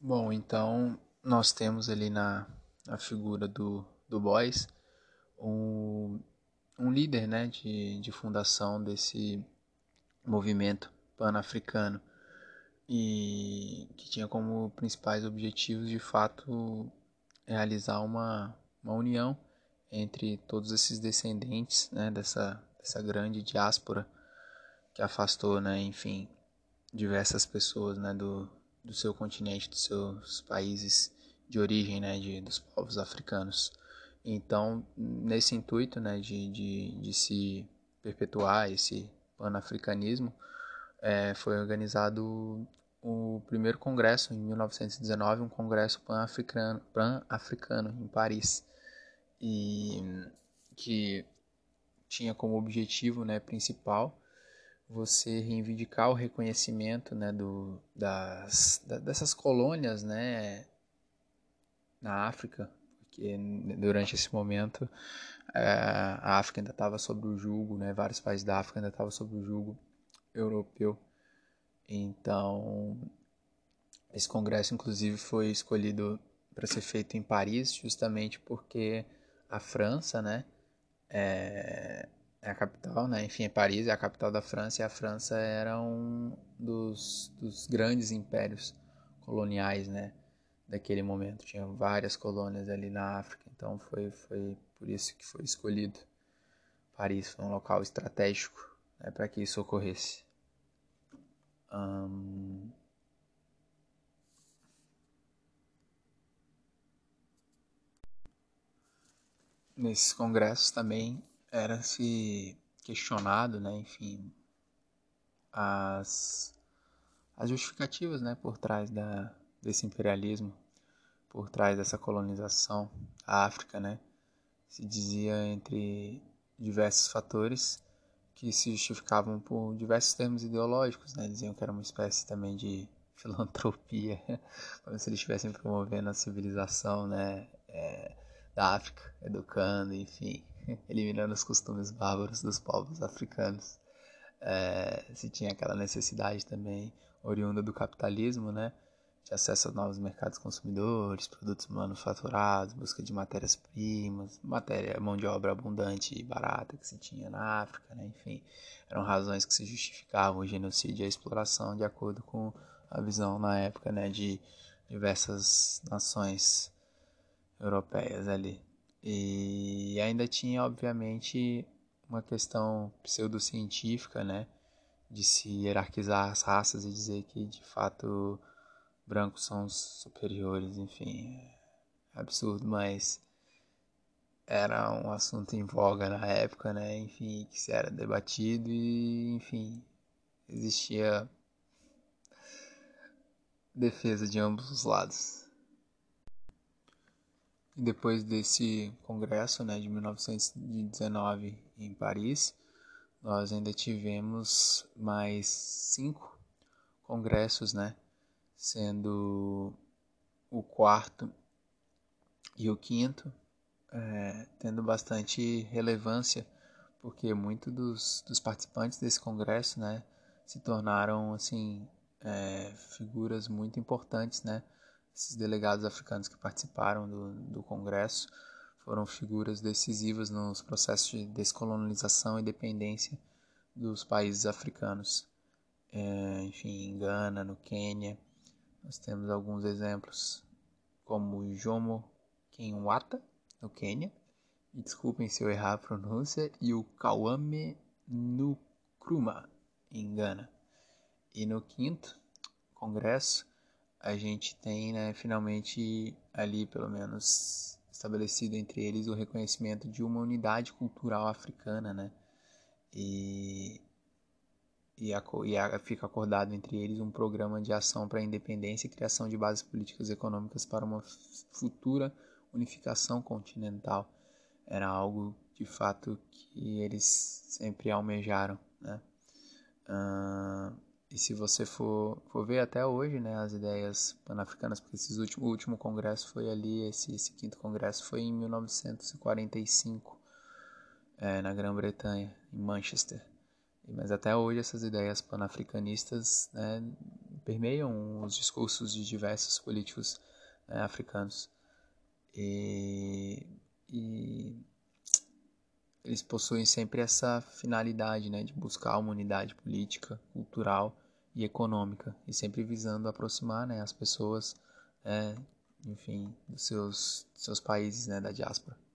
Bom, então nós temos ali na figura do Boys um, um líder, né, de fundação desse movimento pan-africano e que tinha como principais objetivos de fato realizar uma união entre todos esses descendentes, né, dessa grande diáspora que afastou, né, enfim, diversas pessoas, né, do seu continente, dos seus países de origem, né, dos povos africanos. Então, nesse intuito, né, de se perpetuar esse panafricanismo, foi organizado o primeiro congresso, em 1919, um congresso pan-africano em Paris, e que tinha como objetivo, né, principal você reivindicar o reconhecimento, né, dessas colônias, né, na África, porque durante esse momento a África ainda estava sob o jugo, né, vários países da África ainda estavam sob o jugo europeu. Então, esse congresso, inclusive, foi escolhido para ser feito em Paris, justamente porque a França, né, é a capital, né? Enfim, Paris é a capital da França e a França era um dos grandes impérios coloniais, né? Daquele momento. Tinha várias colônias ali na África, então foi por isso que foi escolhido Paris. Foi um local estratégico, né, para que isso ocorresse. Nesses congressos também era se questionado, né? Enfim, as as justificativas, né, por trás desse imperialismo, por trás dessa colonização à África, né, se dizia entre diversos fatores que se justificavam por diversos termos ideológicos, né, diziam que era uma espécie também de filantropia, como se eles estivessem promovendo a civilização, né, da África, educando, enfim, eliminando os costumes bárbaros dos povos africanos. Se tinha aquela necessidade também oriunda do capitalismo, né, de acesso a novos mercados consumidores, produtos manufaturados, busca de matérias-primas, mão de obra abundante e barata que se tinha na África, né, enfim, eram razões que se justificavam o genocídio e a exploração de acordo com a visão na época, né, de diversas nações europeias ali. E ainda tinha, obviamente, uma questão pseudocientífica, né, de se hierarquizar as raças e dizer que, de fato, brancos são os superiores, enfim, é absurdo, mas era um assunto em voga na época, né, enfim, que se era debatido e, enfim, existia defesa de ambos os lados. E depois desse congresso, né, de 1919 em Paris, nós ainda tivemos mais 5 congressos, né, sendo o quarto e o quinto tendo bastante relevância, porque muitos dos participantes desse congresso, né, se tornaram assim figuras muito importantes, né? Esses delegados africanos que participaram do congresso foram figuras decisivas nos processos de descolonização e dependência dos países africanos. Enfim, em Gana, no Quênia, nós temos alguns exemplos, como Jomo Kenyatta, no Quênia, e desculpem se eu errar a pronúncia, e o Kwame Nkrumah, em Gana. E no quinto congresso, a gente tem, né, finalmente ali, pelo menos, estabelecido entre eles o reconhecimento de uma unidade cultural africana, né? E, fica acordado entre eles um programa de ação para a independência e criação de bases políticas e econômicas para uma futura unificação continental. Era algo, de fato, que eles sempre almejaram, né? E se você for ver até hoje, né, as ideias pan-africanas, porque o último congresso foi ali, esse quinto congresso foi em 1945, na Grã-Bretanha, em Manchester. Mas até hoje essas ideias pan-africanistas, né, permeiam os discursos de diversos políticos africanos. E eles possuem sempre essa finalidade, né, de buscar uma unidade política, cultural e econômica, e sempre visando aproximar, né, as pessoas, enfim, dos seus países, né, da diáspora.